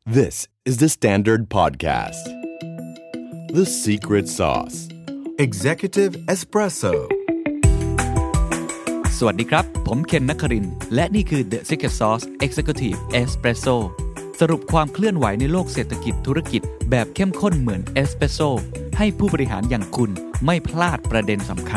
This is the Standard Podcast. The Secret Sauce. Executive Espresso. สวัสดีครับผมเคนนครินทร์และนี่คือ The Secret Sauce Executive Espresso สรุปความเคลื่อนไหวในโลกเศรษฐกิจธุรกิจแบบเข้มข้นเหมือนเอสเปรสโซ่ให้ผู้บริหารอย่างคุณไม่พลาดประเด็นสำคัญ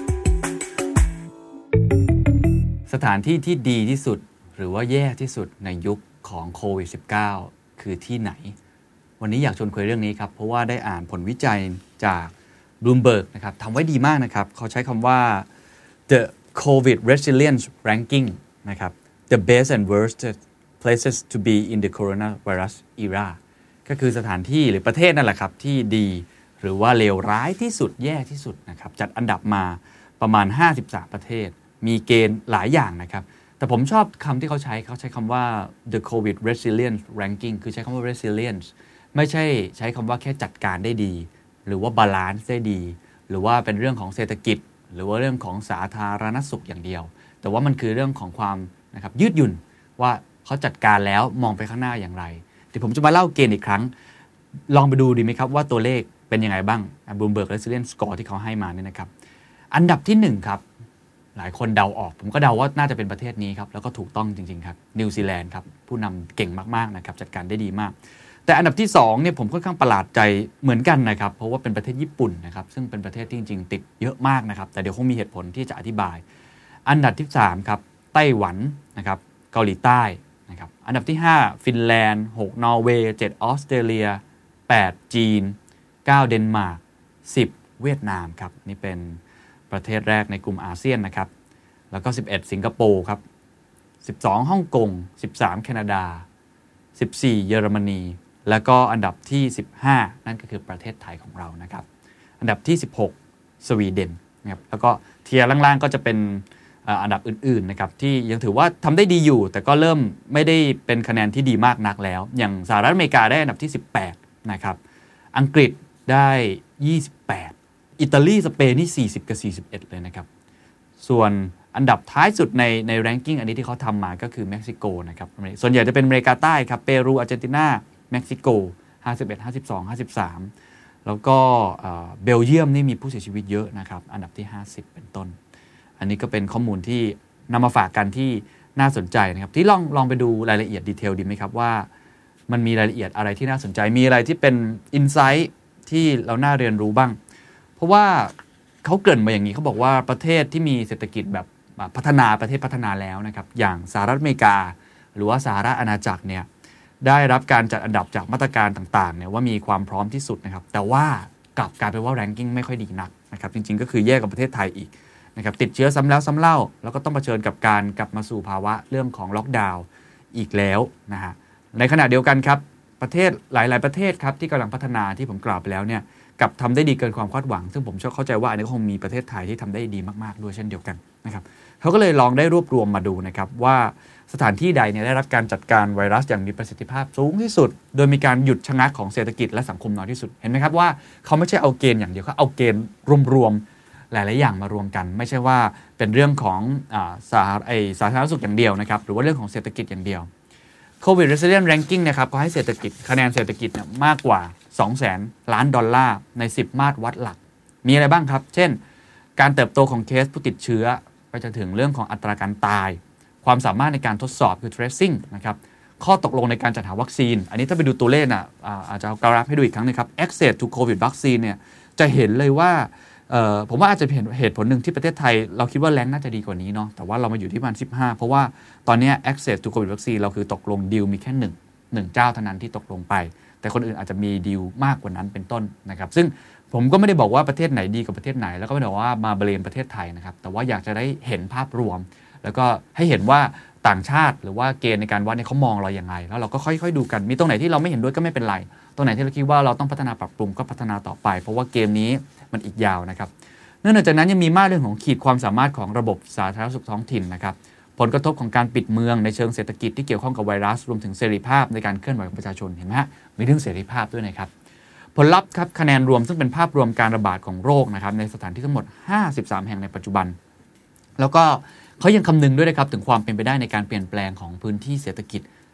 สถานที่ที่ดีที่สุดหรือว่าแย่ที่สุดในยุคของโควิด -19 คือที่ไหนวันนี้อยากชวนคุยเรื่องนี้ครับเพราะว่าได้อ่านผลวิจัยจาก Bloomberg นะครับทำไว้ดีมากนะครับเขาใช้คำว่า The COVID Resilience Ranking นะครับ The best and worst places to be in the coronavirus era ก็คือสถานที่หรือประเทศนั่นแหละครับที่ดีหรือว่าเลวร้ายที่สุดแย่ที่สุดนะครับจัดอันดับมาประมาณ53ประเทศมีเกณฑ์หลายอย่างนะครับแต่ผมชอบคำที่เขาใช้คำว่า the COVID resilience ranking คือใช้คำว่า resilience ไม่ใช่ใช้คำว่าแค่จัดการได้ดีหรือว่า balance ได้ดีหรือว่าเป็นเรื่องของเศรษฐกิจหรือว่าเรื่องของสาธารณสุขอย่างเดียวแต่ว่ามันคือเรื่องของความนะครับยืดหยุ่นว่าเขาจัดการแล้วมองไปข้างหน้าอย่างไรเดี๋ยวผมจะมาเล่าเกณฑ์อีกครั้งลองไปดูดีไหมครับว่าตัวเลขเป็นยังไงบ้าง Bloomberg Resilience Score ที่เขาให้มาเนี่ยนะครับอันดับที่1ครับหลายคนเดาออกผมก็เดาว่าน่าจะเป็นประเทศนี้ครับแล้วก็ถูกต้องจริงๆครับนิวซีแลนด์ครับผู้นำเก่งมากๆนะครับจัดการได้ดีมากแต่อันดับที่2เนี่ยผมค่อนข้างประหลาดใจเหมือนกันนะครับเพราะว่าเป็นประเทศญี่ปุ่นนะครับซึ่งเป็นประเทศที่จริงๆติดเยอะมากนะครับแต่เดี๋ยวคงมีเหตุผลที่จะอธิบายอันดับที่3ครับไต้หวันนะครับเกาหลีใต้นะครับอันดับที่5ฟินแลนด์6นอร์เวย์7ออสเตรเลีย8จีน9เดนมาร์ก10เวียดนามครับนี่เป็นประเทศแรกในกลุ่มอาเซียนนะครับแล้วก็11สิงคโปร์ครับ12ฮ่องกง13แคนาดา14เยอรมนีแล้วก็อันดับที่15นั่นก็คือประเทศไทยของเรานะครับอันดับที่16สวีเดนนะครับแล้วก็เทียร์ล่างๆก็จะเป็นอันดับอื่นๆนะครับที่ยังถือว่าทำได้ดีอยู่แต่ก็เริ่มไม่ได้เป็นคะแนนที่ดีมากนักแล้วอย่างสหรัฐอเมริกาได้อันดับที่18นะครับอังกฤษได้28อิตาลีสเปนนี่40กับ41เลยนะครับส่วนอันดับท้ายสุดใน ranking อันนี้ที่เขาทำมาก็คือเม็กซิโกนะครับส่วนใหญ่จะเป็นอเมริกาใต้ครับเปรูอาร์เจนตินาเม็กซิโก51 52 53แล้วก็เบลเยียมนี่มีผู้เสียชีวิตเยอะนะครับอันดับที่50เป็นต้นอันนี้ก็เป็นข้อมูลที่นำมาฝากกันที่น่าสนใจนะครับที่ลองไปดูรายละเอียดดีเทลดีไหมครับว่ามันมีรายละเอียดอะไรที่น่าสนใจมีอะไรที่เป็นอินไซต์ที่เราน่าเรียนรู้บ้างเพราะว่าเขาเกริ่นมาอย่างนี้เขาบอกว่าประเทศที่มีเศรษฐกิจแบบประเทศพัฒนาแล้วนะครับอย่างสหรัฐอเมริกาหรือว่าสหราชอาณาจักรเนี่ยได้รับการจัดอันดับจากมาตรการต่างๆเนี่ยว่ามีความพร้อมที่สุดนะครับแต่ว่ากลับกลายเป็นว่าแรงกิ้งไม่ค่อยดีนักนะครับจริงๆก็คือแย่กว่าประเทศไทยอีกนะครับติดเชื้อซ้ำแล้วซ้ำเล่าแล้วก็ต้องเผชิญกับการกลับมาสู่ภาวะเรื่องของล็อกดาวน์อีกแล้วนะฮะในขณะเดียวกันครับประเทศหลายๆประเทศครับที่กำลังพัฒนาที่ผมกล่าวไปแล้วเนี่ยกับทำได้ดีเกินความคาดหวังซึ่งผมเข้าใจว่าอันนี้คงมีประเทศไทยที่ทำได้ดีมากๆด้วยเช่นเดียวกันนะครับเขาก็เลยลองได้รวบรวมมาดูนะครับว่าสถานที่ใดเนี่ยได้รับการจัดการไวรัสอย่างมีประสิทธิภาพสูงที่สุดโดยมีการหยุดชะงักของเศรษฐกิจและสังคมน้อยที่สุดเห็นไหมครับว่าเขาไม่ใช่เอาเกณฑ์อย่างเดียวเขาเอาเกณฑ์รวมๆหลายๆอย่างมารวมกันไม่ใช่ว่าเป็นเรื่องของสาธารณสุขอย่างเดียวนะครับหรือว่าเรื่องของเศรษฐกิจอย่างเดียว COVID Resilience Ranking นะครับเขาให้เศรษฐกิจคะแนนเศรษฐกิจเนี่ยมากกว่า$200,000 ล้านใน10มาตรวัดหลักมีอะไรบ้างครับเช่นการเติบโตของเคสผู้ติดเชื้อไปจนถึงเรื่องของอัตราการตายความสามารถในการทดสอบคือ tracing นะครับข้อตกลงในการจัดหาวัคซีนอันนี้ถ้าไปดูตัวเลขอาจจะเอากราฟให้ดูอีกครั้งนึงครับ access to COVID vaccine เนี่ยจะเห็นเลยว่าผมว่าอาจจะเป็นเหตุผลหนึ่งที่ประเทศไทยเราคิดว่าแรงน่าจะดีกว่านี้เนาะแต่ว่าเรามาอยู่ที่ประมาณ15เพราะว่าตอนนี้ access to COVID vaccine เราคือตกลงดีลมีแค่1เจ้าเท่านั้นที่ตกลงไปแต่คนอื่นอาจจะมีดีลมากกว่านั้นเป็นต้นนะครับซึ่งผมก็ไม่ได้บอกว่าประเทศไหนดีกว่าประเทศไหนแล้วก็ไม่ได้บอกว่ามาเบรมประเทศไทยนะครับแต่ว่าอยากจะได้เห็นภาพรวมแล้วก็ให้เห็นว่าต่างชาติหรือว่าเกณฑ์ในการวัดเนี่ยเขามองเราอย่างไรแล้วเราก็ค่อยๆดูกันมีตรงไหนที่เราไม่เห็นด้วยก็ไม่เป็นไรตรงไหนที่เราคิดว่าเราต้องพัฒนาปรับปรุงก็พัฒนาต่อไปเพราะว่าเกมนี้มันอีกยาวนะครับเนื่องจากนั้นยังมีมาตรเรื่องของขีดความสามารถของระบบสาธารณสุขท้องถิ่นนะครับผลกระทบของการปิดเมืองในเชิงเศรษฐกิจที่เกี่ยวข้องกับไวรัสรวมถึงเสรีภาพในการเคลื่อนไหวของประชาชนเห็นไหมฮะมีเรื่องเสรีภาพด้วยนะครับผลลัพธ์ครับคะแนนรวมซึ่งเป็นภาพรวมการระบาดของโรคนะครับในสถานที่ทั้งหมด53แห่งในปัจจุบันแล้วก็เขายังคำนึงด้วยนะครับถึงความเป็นไปได้ในการเปลี่ยนแปลงของพื้นที่เศรษฐกิจ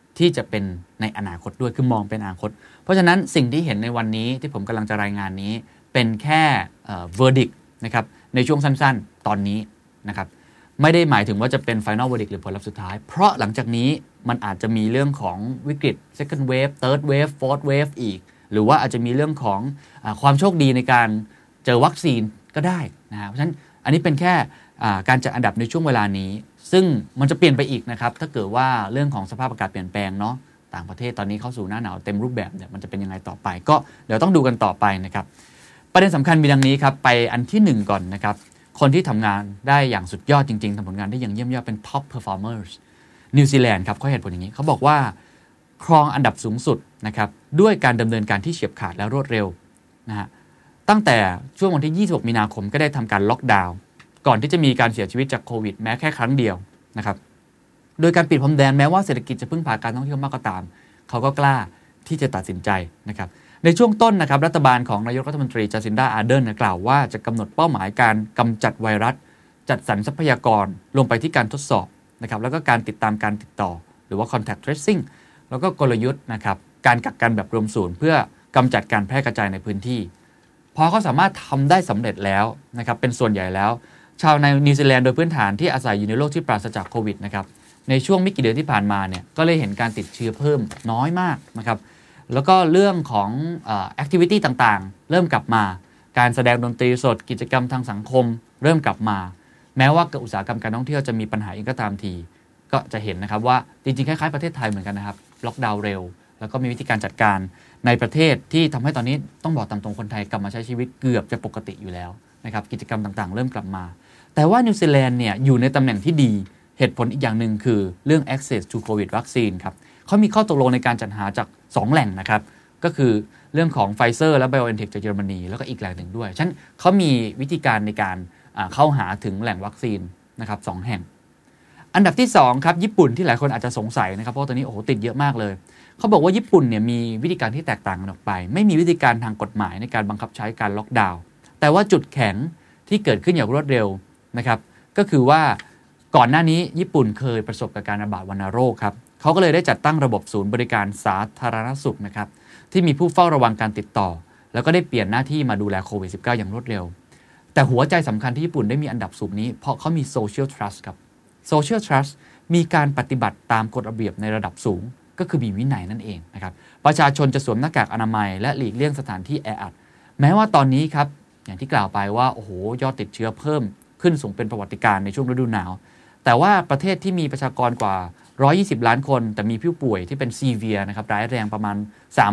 ที่จะเป็นในอนาคตด้วยคือมองเป็นอนาคตเพราะฉะนั้นสิ่งที่เห็นในวันนี้ที่ผมกำลังจะรายงานนี้เป็นแค่verdict นะครับในช่วงสั้นๆตอนนี้นะครับไม่ได้หมายถึงว่าจะเป็น final verdict หรือผลลัพธ์สุดท้ายเพราะหลังจากนี้มันอาจจะมีเรื่องของวิกฤต second wave third wave fourth wave อีกหรือว่าอาจจะมีเรื่องของความโชคดีในการเจอวัคซีนก็ได้นะเพราะฉะนั้นอันนี้เป็นแค่การจัดอันดับในช่วงเวลานี้ซึ่งมันจะเปลี่ยนไปอีกนะครับถ้าเกิดว่าเรื่องของสภาพอากาศเปลี่ยนแปลงเนาะต่างประเทศตอนนี้เข้าสู่หน้าหนาวเต็มรูปแบบเนี่ยมันจะเป็นยังไงต่อไปก็เดี๋ยวต้องดูกันต่อไปนะครับประเด็นสำคัญมีดังนี้ครับไปอันที่1ก่อนนะครับคนที่ทำงานได้อย่างสุดยอดจริงๆทำผลงานได้อย่างเยี่ยมยอดเป็น top performers นิวซีแลนด์ครับเขาเหตุผลอย่างนี้เขาบอกว่าครองอันดับสูงสุดนะครับด้วยการดำเนินการที่เฉียบขาดและรวดเร็วนะฮะตั้งแต่ช่วงวันที่26มีนาคมก็ได้ทำการล็อกดาวน์ก่อนที่จะมีการเสียชีวิตจากโควิดแม้แค่ครั้งเดียวนะครับโดยการปิดพรมแดนแม้ว่าเศรษฐกิจจะพึ่งพาการท่องเที่ยวมากก็ตามเขาก็กล้าที่จะตัดสินใจนะครับในช่วงต้นนะครับรัฐบาลของนายกรัฐมนตรีจาซินดาอาร์เดนกล่าวว่าจะกำหนดเป้าหมายการกำจัดไวรัสจัดสรรทรัพยากรลงไปที่การทดสอบนะครับแล้วก็การติดตามการติดต่อหรือว่า contact tracing แล้วก็กลยุทธ์นะครับการกักกันแบบรวมศูนย์เพื่อกำจัดการแพร่กระจายในพื้นที่พอเขาสามารถทำได้สำเร็จแล้วนะครับเป็นส่วนใหญ่แล้วชาวนิวซีแลนด์โดยพื้นฐานที่อาศัยอยู่ในโลกที่ปราศจากโควิดนะครับในช่วงไม่กี่เดือนที่ผ่านมาเนี่ยก็เลยเห็นการติดเชื้อเพิ่มน้อยมากนะครับแล้วก็เรื่องของactivity ต่างๆเริ่มกลับมาการแสดงดนตรีสดกิจกรรมทางสังคมเริ่มกลับมาแม้ว่าอุตสาหกรรมการท่องเที่ยวจะมีปัญหาเองก็ตามทีก็จะเห็นนะครับว่าจริงๆคล้ายๆประเทศไทยเหมือนกันนะครับล็อกดาวน์เร็วแล้วก็มีวิธีการจัดการในประเทศที่ทำให้ตอนนี้ต้องบอกตามตรงคนไทยกลับมาใช้ชีวิตเกือบจะปกติอยู่แล้วนะครับกิจกรรมต่างๆเริ่มกลับมาแต่ว่านิวซีแลนด์เนี่ยอยู่ในตำแหน่งที่ดีเหตุผลอีกอย่างหนึ่งคือเรื่อง access to covid vaccine ครับเขามีข้อตกลงในการจัดหาจาก2แหล่งนะครับก็คือเรื่องของ Pfizer และ BioNTech จากเยอรมนีแล้วก็อีกแหล่งหนึ่งด้วยฉะนั้นเขามีวิธีการในการเข้าหาถึงแหล่งวัคซีนนะครับ2แห่งอันดับที่2ครับญี่ปุ่นที่หลายคนอาจจะสงสัยนะครับเพราะตอนนี้โอ้โหติดเยอะมากเลยเขาบอกว่าญี่ปุ่นเนี่ยมีวิธีการที่แตกต่างกันออกไปไม่มีวิธีการทางกฎหมายในการบังคับใช้การล็อกดาวน์แต่ว่าจุดแข็งที่เกิดขึ้นอย่างรวดเร็วนะครับก็คือว่าก่อนหน้านี้ญี่ปุ่นเคยประสบกับการระบาดวัณโรคครับเขาก็เลยได้จัดตั้งระบบศูนย์บริการสาธารณสุขนะครับที่มีผู้เฝ้าระวังการติดต่อแล้วก็ได้เปลี่ยนหน้าที่มาดูแลโควิด -19 อย่างรวดเร็วแต่หัวใจสำคัญที่ญี่ปุ่นได้มีอันดับสูงนี้เพราะเขามี social trust ครับ social trust มีการปฏิบัติตามกฎระเบียบในระดับสูงก็คือมีวินัยนั่นเองนะครับประชาชนจะสวมหน้ากากอนามัยและหลีกเลี่ยงสถานที่แออัดแม้ว่าตอนนี้ครับอย่างที่กล่าวไปว่าโอ้โหยอดติดเชื้อเพิ่มขึ้นสูงเป็นประวัติการณ์ในช่วงฤดูหนาวแต่ว่าประเทศที่มีประชากรกว่า120ล้านคนแต่มีผู้ป่วยที่เป็นซีเวียนะครับร้ายแรงประมาณ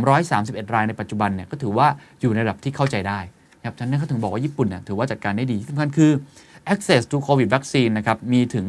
331รายในปัจจุบันเนี่ยก็ถือว่าอยู่ในระดับที่เข้าใจได้ครับฉะนั้นเขาถึงบอกว่าญี่ปุ่นเนี่ยถือว่าจัดการได้ดีที่สำคัญคือ access to covid vaccine นะครับมีถึง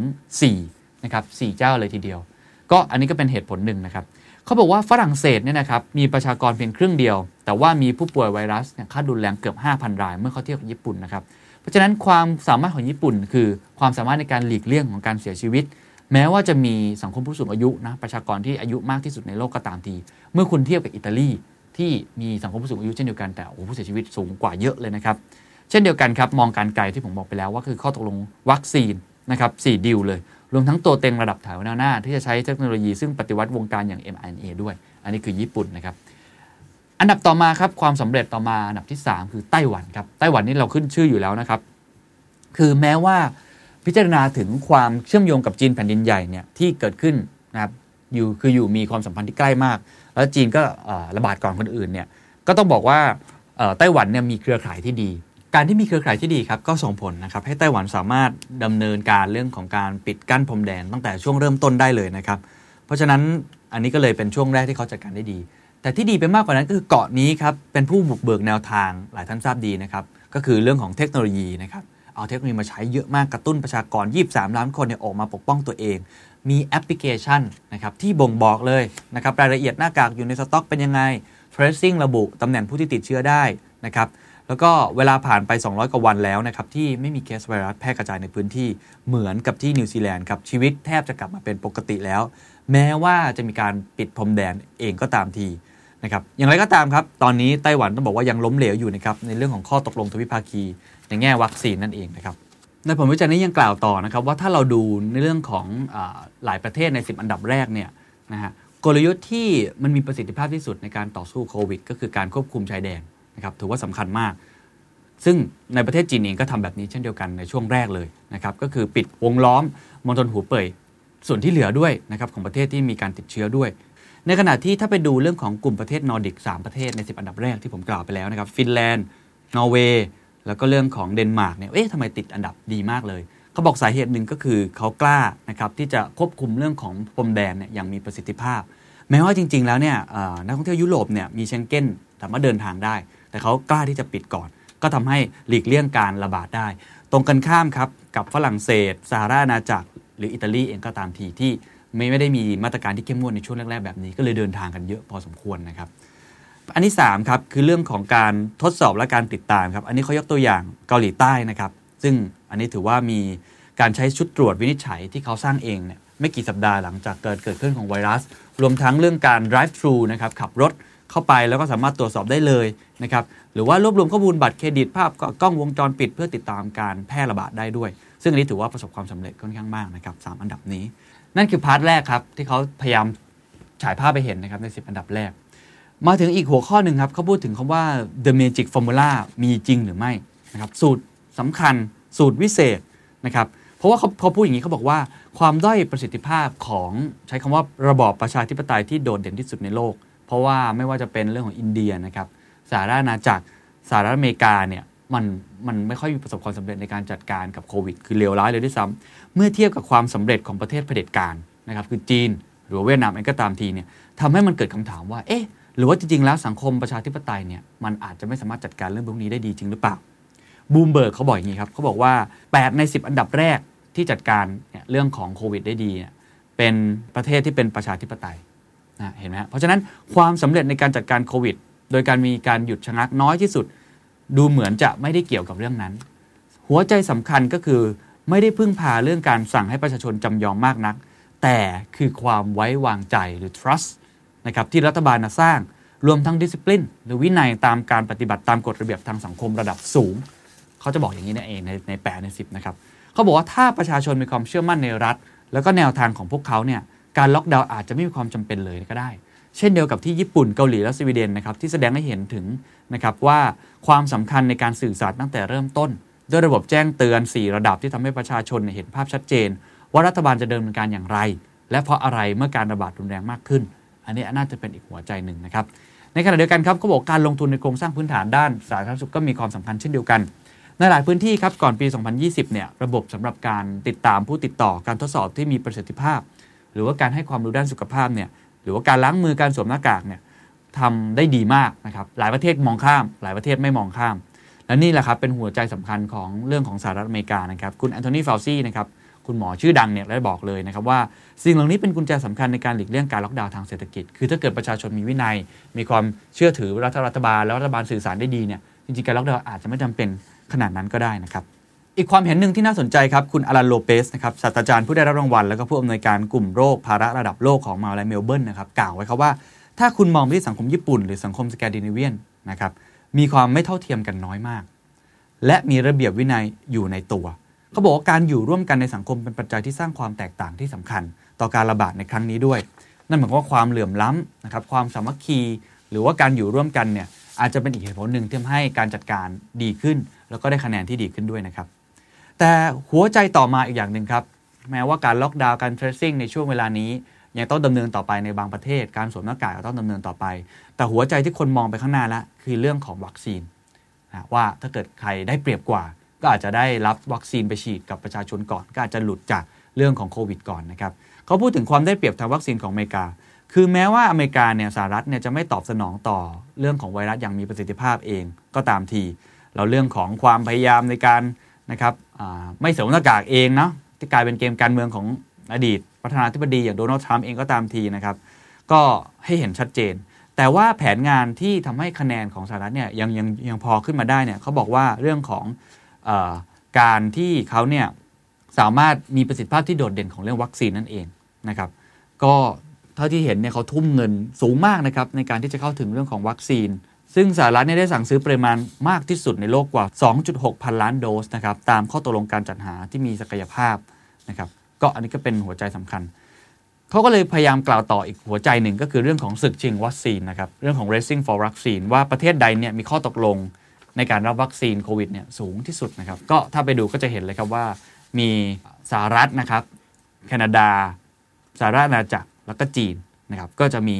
4นะครับ4เจ้าเลยทีเดียวก็อันนี้ก็เป็นเหตุผลหนึ่งนะครับเขาบอกว่าฝรั่งเศสเนี่ยนะครับมีประชากรเพียงครึ่งเดียวแต่ว่ามีผู้ป่วยไวรัสเนี่ยค่ารุนแรงเกือบ 5,000 รายเมื่อเขาเทียบกับญี่ปุ่นนะครับเพราะฉะนั้นความสามารถของญี่ปุ่นคือความสามารถในการหลีกเลี่ยงของการเสียชีวิตแม้ว่าจะมีสังคมผู้สูงอายุนะประชากรที่อายุมากที่สุดในโลกก็ตามทีเมื่อคุณเทียบกับอิตาลีที่มีสังคมผู้สูงอายุเช่นเดียวกันแต่ผู้เสียชีวิตสูงกว่าเยอะเลยนะครับเช่นเดียวกันครับมองการไกลที่ผมบอกไปแล้วว่าคือข้อตกลงวัคซีนนะครับ4ดีลเลยรวมทั้งตัวเต็งระดับแถวหน้าที่จะใช้เทคโนโลยีซึ่งปฏิวัติวงการอย่าง mRNA ด้วยอันนี้คือญี่ปุ่นนะครับอันดับต่อมาครับความสำเร็จต่อมาอันดับที่3คือไต้หวันครับไต้หวันนี่เราขึ้นชื่ออยู่แล้วนะครับคือแม้ว่าพิจารณาถึงความเชื่อมโยงกับจีนแผ่นดินใหญ่เนี่ยที่เกิดขึ้นนะครับอยู่มีความสัมพันธ์ที่ใกล้มากแล้วจีนก็ระบาดก่อนคนอื่นเนี่ยก็ต้องบอกว่าไต้หวันเนี่ยมีเครือข่ายที่ดีการที่มีเครือข่ายที่ดีครับก็ส่งผลนะครับให้ไต้หวันสามารถดำเนินการเรื่องของการปิดกั้นพรมแดนตั้งแต่ช่วงเริ่มต้นได้เลยนะครับเพราะฉะนั้นอันนี้ก็เลยเป็นช่วงแรกที่เขาจัดการได้ดีแต่ที่ดีไปมากกว่านั้นก็คือเกาะนี้ครับเป็นผู้บุกเบิกแนวทางหลายท่านทราบดีนะครับก็คือเรื่องของเทคโนโลยีนะครับเอาเทคโนโลยีมาใช้เยอะมากกระตุ้นประชากร23ล้านคนเนี่ยออกมาปกป้องตัวเองมีแอปพลิเคชันนะครับที่บ่งบอกเลยนะครับรายละเอียดหน้ากากอยู่ในสต็อกเป็นยังไง tracing ระบุตำแหน่งผู้ที่ติดเชื้อได้นะครับแล้วก็เวลาผ่านไป200กว่าวันแล้วนะครับที่ไม่มีเคสไวรัสแพร่กระจายในพื้นที่เหมือนกับที่นิวซีแลนด์ครับชีวิตแทบจะกลับมาเป็นปกติแล้วแม้ว่าจะมีการปิดพรมแดนเองก็ตามทีนะครับอย่างไรก็ตามครับตอนนี้ไต้หวันต้องบอกว่ายังล้มเหลวอยู่นะครับในเรื่องของข้อตกลงทวิภาคีในแง่วัคซีนนั่นเองนะครับในผลวิจัยนี้ยังกล่าวต่อนะครับว่าถ้าเราดูในเรื่องของหลายประเทศใน10อันดับแรกเนี่ยนะฮะกลยุทธ์ที่มันมีประสิทธิภาพที่สุดในการต่อสู้โควิดก็คือการควบคุมชายแดนนะครับถือว่าสำคัญมากซึ่งในประเทศจีนเองก็ทำแบบนี้เช่นเดียวกันในช่วงแรกเลยนะครับก็คือปิดวงล้อมมณฑลหูเป่ยส่วนที่เหลือด้วยนะครับของประเทศที่มีการติดเชื้อด้วยในขณะที่ถ้าไปดูเรื่องของกลุ่มประเทศนอร์ดิก3ประเทศใน10อันดับแรกที่ผมกล่าวไปแล้วนะครับฟินแลนด์นอร์เวย์แล้วก็เรื่องของเดนมาร์กเนี่ยทำไมติดอันดับดีมากเลยเขาบอกสาเหตุหนึ่งก็คือเขากล้านะครับที่จะควบคุมเรื่องของพรมแดนเนี่ยอย่างมีประสิทธิภาพแม้ว่าจริงๆแล้วเนี่ยนักท่องเที่ยวยุโรปเนี่ยมีเชงเก้นสามารถเดินทางได้แต่เขากล้าที่จะปิดก่อนก็ทำให้หลีกเลี่ยงการระบาดได้ตรงกันข้ามครับกับฝรั่งเศสสหราชอาณาจักรหรืออิตาลีเองก็ตามทีที่ไม่ได้มีมาตรการที่เข้มงวดในช่วงแรกๆแบบนี้ก็เลยเดินทางกันเยอะพอสมควรนะครับอันที่3ครับคือเรื่องของการทดสอบและการติดตามครับอันนี้เขายกตัวอย่างเกาหลีใต้นะครับซึ่งอันนี้ถือว่ามีการใช้ชุดตรวจวินิจฉัยที่เขาสร้างเองเนี่ยไม่กี่สัปดาห์หลังจากเกิดขึ้นของไวรัสรวมทั้งเรื่องการ drive thru นะครับขับรถเข้าไปแล้วก็สามารถตรวจสอบได้เลยนะครับหรือว่ารวบรวมข้อมูลบัตรเครดิตภาพกล้องวงจรปิดเพื่อติดตามการแพร่ระบาดได้ด้วยซึ่งอันนี้ถือว่าประสบความสำเร็จค่อนข้างมากนะครับ3อันดับนี้นั่นคือพาร์ทแรกครับที่เขาพยายามฉายภาพไปเห็นนะครับใน10อันดับแรกมาถึงอีกหัวข้อหนึ่งครับเขาพูดถึงคำว่า the magic formula มีจริงหรือไม่นะครับสูตรสำคัญสูตรวิเศษนะครับเพราะว่าเขาพูดอย่างนี้เขาบอกว่าความด้อยประสิทธิภาพของใช้คำว่าระบอบประชาธิปไตยที่โดดเด่นที่สุดในโลกเพราะว่าไม่ว่าจะเป็นเรื่องของอินเดียนะครับสหราชอาณาจักรสหรัฐอเมริกาเนี่ยมันไม่ค่อยมีประสบความสำเร็จในการจัดการกับโควิดคือเลวร้ายเลยด้วยซ้ำเมื่อเทียบกับความสำเร็จของประเทศเผด็จการนะครับคือจีนหรือเวียดนามเองก็ตามทีเนี่ยทำให้มันเกิดคำถามว่าหรือว่าจริงๆแล้วสังคมประชาธิปไตยเนี่ยมันอาจจะไม่สามารถจัดการเรื่องพวกนี้ได้ดีจริงหรือเปล่าบูมเบิร์กเขาบอกอย่างนี้ครับเขาบอกว่า8ใน10อันดับแรกที่จัดการเนี่ยเรื่องของโควิดได้ดีเนี่ยเป็นประเทศที่เป็นประชาธิปไตยนะเห็นไหมเพราะฉะนั้นความสำเร็จในการจัดการโควิดโดยการมีการหยุดชะงักน้อยที่สุดดูเหมือนจะไม่ได้เกี่ยวกับเรื่องนั้นหัวใจสำคัญก็คือไม่ได้พึ่งพาเรื่องการสั่งให้ประชาชนจำยอมมากนักแต่คือความไว้วางใจหรือ trust นะครับที่รัฐบาลสร้างรวมทั้ง discipline หรือวินัยตามการปฏิบัติตามกฎระเบียบทางสังคมระดับสูงเขาจะบอกอย่างนี้นั่นเองใน8ใน10นะครับเขาบอกว่าถ้าประชาชนมีความเชื่อมั่นในรัฐแล้วก็แนวทางของพวกเขาเนี่ยการล็อกดาวน์อาจจะไม่มีความจำเป็นเลยก็ได้เช่นเดียวกับที่ญี่ปุ่นเกาหลีและสวีเดนนะครับที่แสดงให้เห็นถึงนะครับว่าความสำคัญในการสื่อสารตั้งแต่เริ่มต้นด้วยระบบแจ้งเตือน4ระดับที่ทำให้ประชาชนเห็นภาพชัดเจนว่ารัฐบาลจะดำเนินการอย่างไรและเพราะอะไรเมื่อการระบาดรุนแรงมากขึ้นอันนี้น่าจะเป็นอีกหัวใจหนึ่งนะครับในขณะเดียวกันครับเขาบอกการลงทุนในโครงสร้างพื้นฐานด้านสาธารณสุขก็มีความสำคัญเช่นเดียวกันในหลายพื้นที่ครับก่อนปี 2020 เนี่ยระบบสำหรับการติดตามผู้ติดต่อการทดสอบที่มีประสิทธิภาพหรือว่าการให้ความรู้ด้านสุขภาพเนี่ยหรือว่าการล้างมือการสวมหน้ากากเนี่ยทำได้ดีมากนะครับหลายประเทศมองข้ามหลายประเทศไม่มองข้ามและนี่แหละครับเป็นหัวใจสำคัญของเรื่องของสหรัฐอเมริกานะครับคุณแอนโทนีฟาวซี่นะครับคุณหมอชื่อดังเนี่ยได้บอกเลยนะครับว่าสิ่งเหล่านี้เป็นกุญแจสำคัญในการหลีกเลี่ยงการล็อกดาวน์ทางเศรษฐกิจคือถ้าเกิดประชาชนมีวินัยมีความเชื่อถือรัฐบาลแล้วรัฐบาลสื่อสารได้ดีเนี่ยจริงๆการล็อกดาวน์อาจจะไม่จำเป็นขนาดนั้นก็ได้นะครับอีกความเห็นหนึ่งที่น่าสนใจครับคุณอลันโลเปสนะครับศาสตราจารย์ผู้ได้รับรางวัลแล้วก็ผู้อำนวยการกลุ่มโรคภาระระดับโลกของมหาวิทยาลัยเมลเบิร์นนะครับกล่าวไว้ครับว่าถ้าคุณมองไปที่สังคมญี่ปุ่นหรือสังคมสแกนดิเนเวียนนะครับมีความไม่เท่าเทียมกันน้อยมากและมีระเบียบวินัยอยู่ในตัวเขาบอกว่าการอยู่ร่วมกันในสังคมเป็นปัจจัยที่สร้างความแตกต่างที่สำคัญต่อการระบาดในครั้งนี้ด้วยนั่นหมายความว่าความเหลื่อมล้ำนะครับความสามัคคีหรือว่าการอยู่ร่วมกันเนี่ยอาจจะเป็นอีกเหตุผลหนึ่งที่ทำให้การจัดการดีขึ้นแล้วก็ได้คะแนนที่ดีขึ้นด้วยนะครับแต่หัวใจต่อมาอีกอย่างหนึ่งครับแม้ว่าการล็อกดาวน์การเทรซซิ่งในช่วงเวลานี้ยังต้องดำเนินต่อไปในบางประเทศการสวมหน้ากากก็ต้องดำเนินต่อไปแต่หัวใจที่คนมองไปข้างหน้าแล้วคือเรื่องของวัคซีนว่าถ้าเกิดใครได้เปรียบกว่าก็อาจจะได้รับวัคซีนไปฉีดกับประชาชนก่อนก็อาจจะหลุดจากเรื่องของโควิดก่อนนะครับเขาพูดถึงความได้เปรียบทางวัคซีนของอเมริกาคือแม้ว่าอเมริกาเนี่ยสหรัฐเนี่ยจะไม่ตอบสนองต่อเรื่องของไวรัสอย่างมีประสิทธิภาพเองก็ตามทีเราเรื่องของความพยายามในการนะครับไม่สวมหน้ากากเองเนาะที่กลายเป็นเกมการเมืองของอดีตประธานาธิบดีอย่างโดนัลด์ทรัมป์เองก็ตามทีนะครับก็ให้เห็นชัดเจนแต่ว่าแผนงานที่ทำให้คะแนนของสหรัฐเนี่ยยังพอขึ้นมาได้เนี่ยเขาบอกว่าเรื่องของการที่เขาเนี่ยสามารถมีประสิทธิภาพที่โดดเด่นของเรื่องวัคซีนนั่นเองนะครับก็เท่าที่เห็นเนี่ยเขาทุ่มเงินสูงมากนะครับในการที่จะเข้าถึงเรื่องของวัคซีนซึ่งสหรัฐเนี่ยได้สั่งซื้อปริมาณมากที่สุดในโลกกว่า 2.6 พันล้านโดสนะครับตามข้อตกลงการจัดหาที่มีศักยภาพนะครับก็อันนี้ก็เป็นหัวใจสำคัญเขาก็เลยพยายามกล่าวต่ออีกหัวใจหนึ่งก็คือเรื่องของศึกชิงวัคซีนนะครับเรื่องของ Racing for Vaccine ว่าประเทศใดเนี่ยมีข้อตกลงในการรับวัคซีนโควิดเนี่ยสูงที่สุดนะครับก็ถ้าไปดูก็จะเห็นเลยครับว่ามีสหรัฐนะครับแคนาดาสหรัฐอาณาจักรแล้วก็จีนนะครับก็จะมี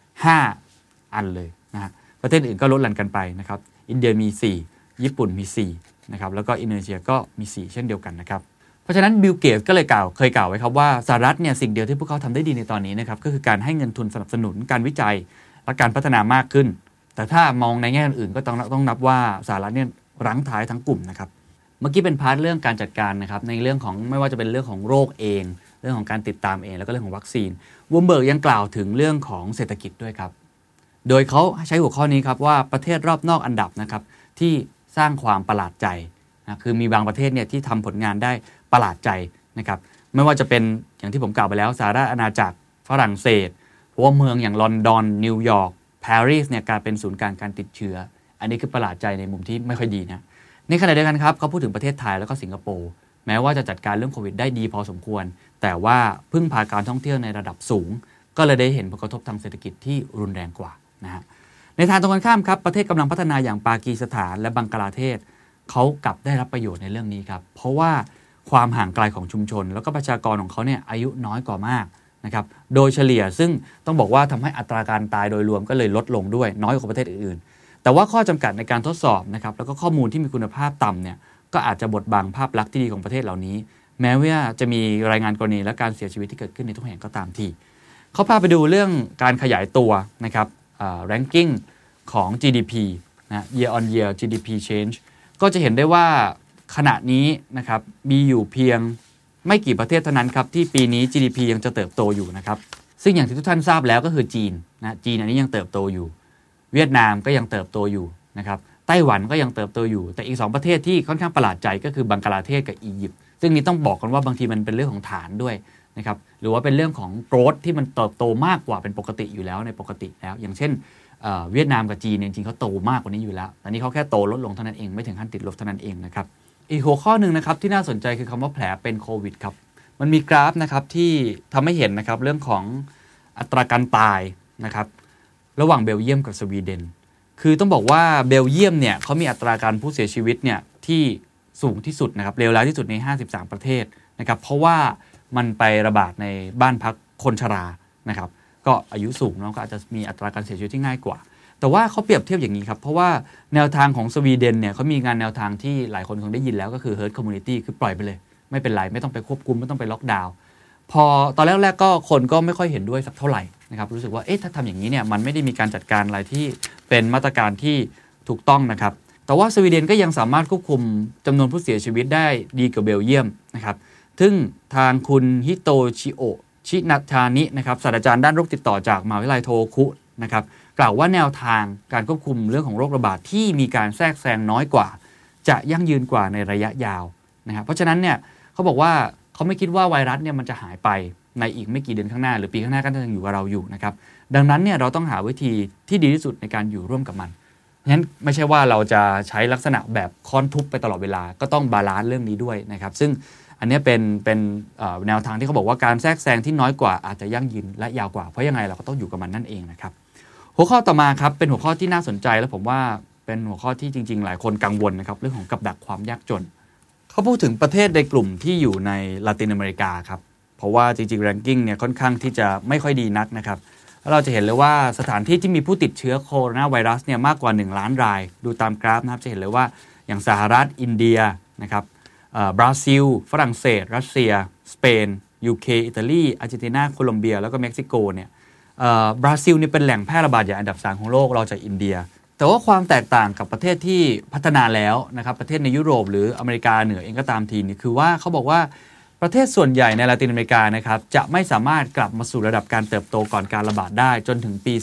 5อันเลยนะฮะประเทศอื่นก็ลดหลั่นกันไปนะครับอินเดียมี4ญี่ปุ่นมี4นะครับแล้วก็อินโดนีเซียก็มี4เช่นเดียวกันนะครับเพราะฉะนั้นบิลเกตส์ก็เลยเคยกล่าวไว้ครับว่าสหรัฐเนี่ยสิ่งเดียวที่พวกเขาทำได้ดีในตอนนี้นะครับก็คือการให้เงินทุนสนับสนุนการวิจัยและการพัฒนามากขึ้นแต่ถ้ามองในแง่อื่นก็ต้องนับว่าสหรัฐเนี่ยรั้งท้ายทั้งกลุ่มนะครับเมื่อกี้เป็นพาร์ทเรื่องการจัดการนะครับในเรื่องของไม่ว่าจะเป็นเรื่องของโรคเองเรื่องของการติดตามเองแล้วก็เรื่องของวัคซีนบลูมเบิร์กยังกล่าวถึงเรื่องของเศรษฐกิจด้วยครับโดยเขาใช้หัวข้อนี้ครับว่าประเทศรอบนอกอันดับนะครับที่สร้างความประหลาดใจนะคือมีบางประเทศเนี่ยที่ทำผลงานได้ประหลาดใจนะครับไม่ว่าจะเป็นอย่างที่ผมกล่าวไปแล้วสหรัฐอาณาจักรฝรั่งเศสเพราะว่าเมืองอย่างลอนดอนนิวยอร์กปารีสเนี่ยกลายเป็นศูนย์กลางการติดเชื้ออันนี้คือประหลาดใจในมุมที่ไม่ค่อยดีนะในขณะเดียวกันครับเขาพูดถึงประเทศไทยแล้วก็สิงคโปร์แม้ว่าจะจัดการเรื่องโควิดได้ดีพอสมควรแต่ว่าพึ่งพาการท่องเที่ยวในระดับสูงก็เลยได้เห็นผลกระทบทางเศรษฐกิจที่รุนแรงกว่านะฮะในทางตรงกันข้ามครับประเทศกำลังพัฒนาอย่างปากีสถานและบังกลาเทศเขากลับได้รับประโยชน์ในเรื่องนี้ครับเพราะว่าความห่างไกลของชุมชนแล้วก็ประชากรของเขาเนี่ยอายุน้อยกว่ามากนะครับโดยเฉลี่ยซึ่งต้องบอกว่าทำให้อัตราการตายโดยรวมก็เลยลดลงด้วยน้อยกว่าประเทศอื่นๆแต่ว่าข้อจำกัดในการทดสอบนะครับแล้วก็ข้อมูลที่มีคุณภาพต่ำเนี่ยก็อาจจะบดบังภาพลักษณ์ที่ดีของประเทศเหล่านี้แม้ว่าจะมีรายงานกรณีและการเสียชีวิตที่เกิดขึ้นในทุกแห่งก็ตามทีเขาพาไปดูเรื่องการขยายตัวนะครับranking ของ GDP นะ year on year GDP change ก็จะเห็นได้ว่าขณะนี้นะครับมีอยู่เพียงไม่กี่ประเทศเท่านั้นครับที่ปีนี้ GDP ยังจะเติบโตอยู่นะครับซึ่งอย่างที่ทุกท่านทราบแล้วก็คือจีนนะจีนอันนี้ยังเติบโตอยู่เวียดนามก็ยังเติบโตอยู่นะครับไต้หวันก็ยังเติบโตอยู่แต่อีก2ประเทศที่ค่อนข้างประหลาดใจก็คือบังกลาเทศกับอียิปต์ซึ่งนี้ต้องบอกกันว่าบางทีมันเป็นเรื่องของฐานด้วยนะครับหรือว่าเป็นเรื่องของโกรทที่มันเติบโตมากกว่าเป็นปกติอยู่แล้วในปกติแล้วอย่างเช่นเวียดนามกับจีนจริงๆเขาโตมากกว่านี้อยู่แล้วแต่นี้เขาแค่โตลดลงเท่านั้นเองไม่ถึงขั้นติดลบเท่านั้นเองนะครับอีกหัวข้อหนึ่งนะครับที่น่าสนใจคือคำว่าแผลเป็นโควิดครับมันมีกราฟนะครับที่ทำให้เห็นนะครับเรื่องของอัตราการตายนะครับระหว่างเบลเยียมกับสวีเดนคือต้องบอกว่าเบลเยียมเนี่ยเขามีอัตราการผู้เสียชีวิตเนี่ยที่สูงที่สุดนะครับเลวร้ายที่สุดใน53ประเทศนะครับเพราะว่ามันไประบาดในบ้านพักคนชรานะครับก็อายุสูงเนาะก็อาจจะมีอัตราการเสียชีวิตที่ง่ายกว่าแต่ว่าเขาเปรียบเทียบอย่างนี้ครับเพราะว่าแนวทางของสวีเดนเนี่ยเขามีงานแนวทางที่หลายคนคงได้ยินแล้วก็คือ herd community คือปล่อยไปเลยไม่เป็นไรไม่ต้องไปควบคุมไม่ต้องไปล็อกดาวน์พอตอนแรกๆก็คนก็ไม่ค่อยเห็นด้วยสักเท่าไหร่นะครับรู้สึกว่าถ้าทำอย่างนี้เนี่ยมันไม่ได้มีการจัดการอะไรที่เป็นมาตรการที่ถูกต้องนะครับแต่ว่าสวีเดนก็ยังสามารถควบคุมจำนวนผู้เสียชีวิตได้ดีกว่าเบลเยียมนะครับซึ่งทางคุณฮิโตชิโอชินาทานินะครับศาสตราจารย์ด้านโรคติดต่อจากมหาวิทยาลัยโทคุนะครับกล่าวว่าแนวทางการควบคุมเรื่องของโรคระบาดที่มีการแทรกแซงน้อยกว่าจะยั่งยืนกว่าในระยะยาวนะครับเพราะฉะนั้นเนี่ยเขาบอกว่าเขาไม่คิดว่าไวรัสเนี่ยมันจะหายไปในอีกไม่กี่เดือนข้างหน้าหรือปีข้างหน้าก็ยังอยู่กับเราอยู่นะครับดังนั้นเนี่ยเราต้องหาวิธีที่ดีที่สุดในการอยู่ร่วมกับมันงั้นไม่ใช่ว่าเราจะใช้ลักษณะแบบค้อนทุบไปตลอดเวลาก็ต้องบาลานซ์เรื่องนี้ด้วยนะครับซึ่งอันนี้เป็นแนวทางที่เขาบอกว่าการแทรกแซงที่น้อยกว่าอาจจะยั่งยืนและยาวกว่าเพราะยังไงเราก็ต้องอยู่กับมันนั่นเองนะครับหัวข้อต่อมาครับเป็นหัวข้อที่น่าสนใจและผมว่าเป็นหัวข้อที่จริงๆหลายคนกังวลนะครับเรื่องของกับดักความยากจนเขาพูดถึงประเทศในกลุ่มที่อยู่ในลาตินอเมริกาครับเพราะว่าจริงๆ ranking เนี่ยค่อนข้างที่จะไม่ค่อยดีนักนะครับแล้วเราจะเห็นเลยว่าสถานที่ที่มีผู้ติดเชื้อโคโรนาไวรัสเนี่ยมากกว่า1ล้านรายดูตามกราฟนะครับจะเห็นเลยว่าอย่างสหรัฐอินเดียนะครับบราซิลฝรั่งเศสรัสเซียสเปนยูเคอิตาลีอาร์เจนตินาโคลอมเบียแล้วก็เม็กซิโกเนี่ยบราซิลเนี่ยเป็นแหล่งแพร่ระบาดอย่างอันดับ3ของโลกเราจากอินเดียแต่ว่าความแตกต่างกับประเทศที่พัฒนาแล้วนะครับประเทศในยุโรปหรืออเมริกาเหนือเองก็ตามทีนี่คือว่าเขาบอกว่าประเทศส่วนใหญ่ในลาตินอเมริกานะครับจะไม่สามารถกลับมาสู่ระดับการเติบโตก่อนการระบาดได้จนถึงปี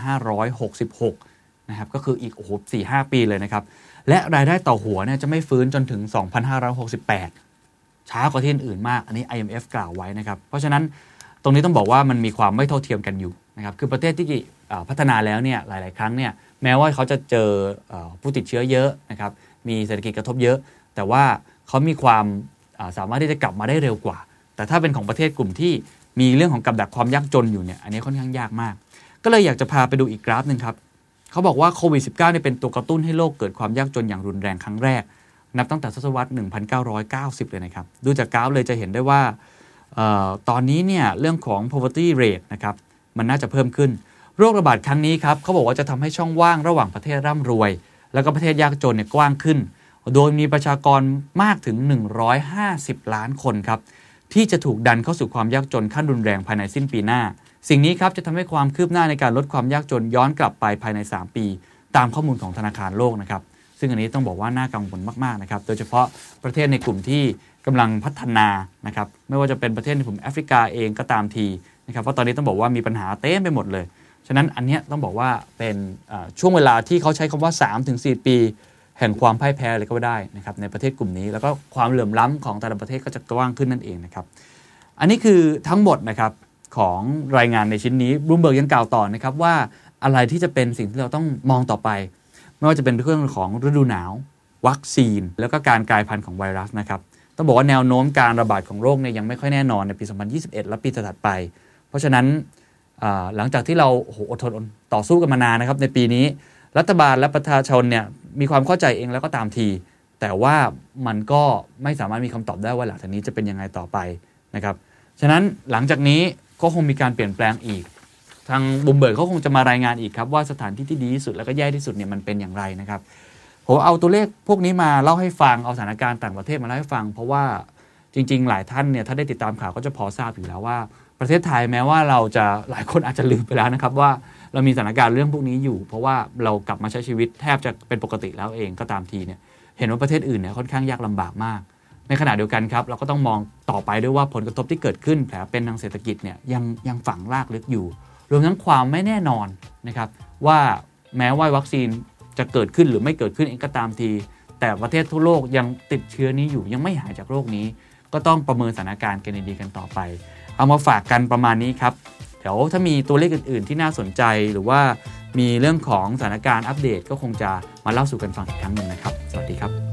2566 นะครับก็คืออีก4-5 ปีเลยนะครับและรายได้ต่อหัวเนี่ยจะไม่ฟื้นจนถึง 2568 ช้ากว่าที่อื่นมากอันนี้ IMF กล่าวไว้นะครับเพราะฉะนั้นตรงนี้ต้องบอกว่ามันมีความไม่เท่าเทียมกันอยู่นะครับคือประเทศที่พัฒนาแล้วเนี่ยหลายๆครั้งเนี่ยแม้ว่าเขาจะเจอผู้ติดเชื้อเยอะนะครับมีเศรษฐกิจกระทบเยอะแต่ว่าเขามีความสามารถที่จะกลับมาได้เร็วกว่าแต่ถ้าเป็นของประเทศกลุ่มที่มีเรื่องของกับดักความยากจนอยู่เนี่ยอันนี้ค่อนข้างยากมากก็เลยอยากจะพาไปดูอีกกราฟนึงครับเขาบอกว่าโควิด -19 เนี่ยเป็นตัวกระตุ้นให้โลกเกิดความยากจนอย่างรุนแรงครั้งแรกนับตั้งแต่ศตวรรษ 1990 เลยนะครับดูจากกราฟเลยจะเห็นได้ว่าตอนนี้เนี่ยเรื่องของ poverty rate นะครับมันน่าจะเพิ่มขึ้นโรคระบาดครั้งนี้ครับเขาบอกว่าจะทำให้ช่องว่างระหว่างประเทศร่ำรวยแล้วก็ประเทศยากจนเนี่ยกว้างขึ้นโดยมีประชากรมากถึง150ล้านคนครับที่จะถูกดันเข้าสู่ความยากจนขั้นรุนแรงภายในสิ้นปีหน้าสิ่งนี้ครับจะทำให้ความคืบหน้าในการลดความยากจนย้อนกลับไปภายใน3ปีตามข้อมูลของธนาคารโลกนะครับซึ่งอันนี้ต้องบอกว่าน่ากังวลมากๆนะครับโดยเฉพาะประเทศในกลุ่มที่กำลังพัฒนานะครับไม่ว่าจะเป็นประเทศในกลุ่มแอฟริกาเองก็ตามทีนะครับเพราะตอนนี้ต้องบอกว่ามีปัญหาเต็มไปหมดเลยฉะนั้นอันนี้ต้องบอกว่าเป็นช่วงเวลาที่เขาใช้คำว่า 3-4 ปีแห่งความพ่ายแพ้เลยก็ได้นะครับในประเทศกลุ่มนี้แล้วก็ความเหลื่อมล้ำของแต่ละประเทศก็จะกว้างขึ้นนั่นเองนะครับอันนี้คือทั้งหมดนะครับของรายงานในชิ้นนี้บลูมเบิร์กยังกล่าวต่อนะครับว่าอะไรที่จะเป็นสิ่งที่เราต้องมองต่อไปไม่ว่าจะเป็นเรื่องของฤดูหนาววัคซีนแล้วก็การกลายพันธุ์ของไวรัสนะครับต้องบอกว่าแนวโน้มการระบาดของโรคเนี่ยยังไม่ค่อยแน่นอนในปี 2021 และปีถัดไปเพราะฉะนั้นหลังจากที่เราอดทนต่อสู้กันมานานนะครับในปีนี้รัฐบาลและประชาชนเนี่ยมีความเข้าใจเองแล้วก็ตามทีแต่ว่ามันก็ไม่สามารถมีคำตอบได้ว่าหลังจากนี้จะเป็นยังไงต่อไปนะครับฉะนั้นหลังจากนี้ก็คงมีการเปลี่ยนแปลงอีกทางบลูมเบิร์กเขาคงจะมารายงานอีกครับว่าสถานที่ที่ดีที่สุดแล้วก็แย่ที่สุดเนี่ยมันเป็นอย่างไรนะครับผมเอาตัวเลขพวกนี้มาเล่าให้ฟังเอาสถานการณ์ต่างประเทศมาเล่าให้ฟังเพราะว่าจริงๆหลายท่านเนี่ยถ้าได้ติดตามข่าวก็จะพอทราบอยู่แล้วว่าประเทศไทยแม้ว่าเราจะหลายคนอาจจะลืมไปแล้วนะครับว่าเรามีสถานการณ์เรื่องพวกนี้อยู่เพราะว่าเรากลับมาใช้ชีวิตแทบจะเป็นปกติแล้วเองก็ตามทีเนี่ยเห็นว่าประเทศอื่นเนี่ยค่อนข้างยากลำบากมากในขณะเดียวกันครับเราก็ต้องมองต่อไปด้วยว่าผลกระทบที่เกิดขึ้นแผลเป็นทางเศรษฐกิจเนี่ยยังฝังรากลึกอยู่รวมทั้งความไม่แน่นอนนะครับว่าแม้ว่าวัคซีนจะเกิดขึ้นหรือไม่เกิดขึ้นเองก็ตามทีแต่ประเทศทั่วโลกยังติดเชื้อนี้อยู่ยังไม่หายจากโรคนี้ก็ต้องประเมินสถานการณ์กันดีๆกันต่อไปเอามาฝากกันประมาณนี้ครับเดี๋ยวถ้ามีตัวเลขอื่นๆที่น่าสนใจหรือว่ามีเรื่องของสถานการณ์อัปเดตก็คงจะมาเล่าสู่กันฟังอีกครั้งหนึ่งนะครับสวัสดีครับ